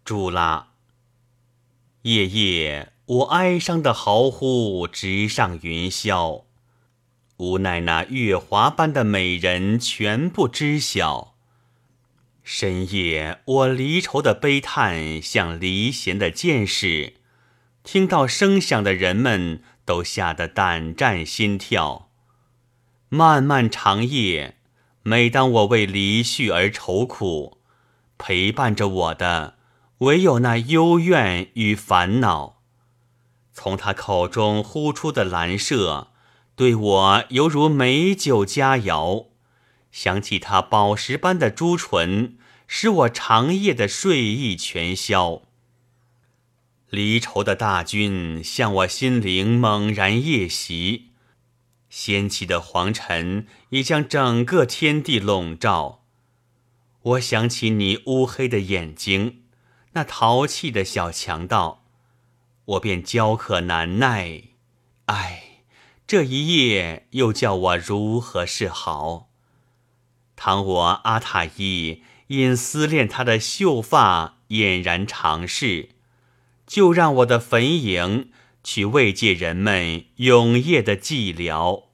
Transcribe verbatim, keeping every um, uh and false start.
朱拉。夜夜我哀伤的嚎呼直上云霄，无奈那月华般的美人全不知晓。深夜我离愁的悲叹像离弦的箭矢，听到声响的人们都吓得胆战心跳。漫漫长夜，每当我为离绪而愁苦，陪伴着我的唯有那幽怨与烦恼。从他口中呼出的兰麝，对我犹如美酒佳肴，想起他宝石般的朱唇，使我长夜的睡意全消。离愁的大军向我心灵猛然夜袭，掀起的黄尘已将整个天地笼罩。我想起你乌黑的眼睛，那淘气的小强盗，我便焦渴难耐。唉，这一夜又叫我如何是好？倘我阿塔伊因思恋他的秀发俨然长逝，就让我的坟茔去慰藉人们永夜的寂寥。